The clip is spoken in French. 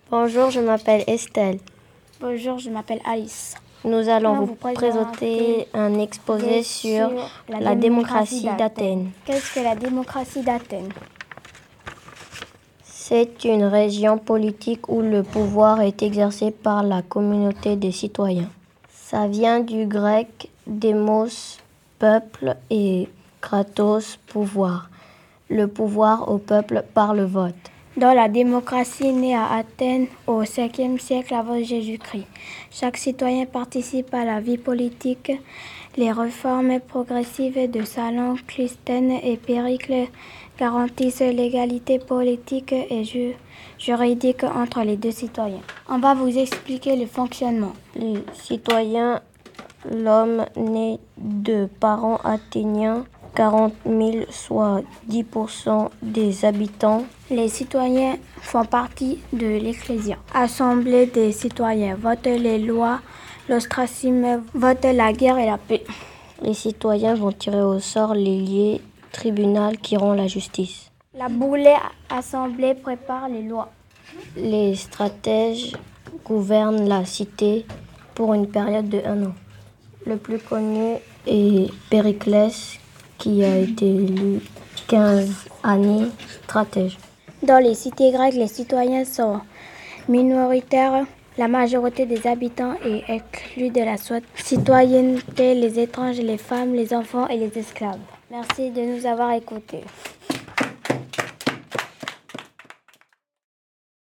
Bonjour, je m'appelle Estelle. Bonjour, je m'appelle Alice. Nous allons vous présenter un exposé sur la démocratie d'Athènes. Qu'est-ce que la démocratie d'Athènes? C'est une région politique où le pouvoir est exercé par la communauté des citoyens. Ça vient du grec démos, peuple, et kratos, pouvoir. Le pouvoir au peuple par le vote. Dans la démocratie née à Athènes au 5e siècle avant Jésus-Christ, chaque citoyen participe à la vie politique. Les réformes progressives de Salon, Clisthène et Péricle garantissent l'égalité politique et juridique entre les deux citoyens. On va vous expliquer le fonctionnement. Les citoyens, l'homme né de parents athéniens, 40 000, soit 10% des habitants. Les citoyens font partie de l'Ecclésia. Assemblée des citoyens votent les lois, l'ostracisme vote la guerre et la paix. Les citoyens vont tirer au sort les liés, tribunal qui rend la justice. La boulée assemblée prépare les lois. Les stratèges gouvernent la cité pour une période de 1 an. Le plus connu est Périclès, qui a été élu 15 années stratège. Dans les cités grecques, les citoyens sont minoritaires. La majorité des habitants est exclue de la citoyenneté, les étrangers, les femmes, les enfants et les esclaves. Merci de nous avoir écoutés.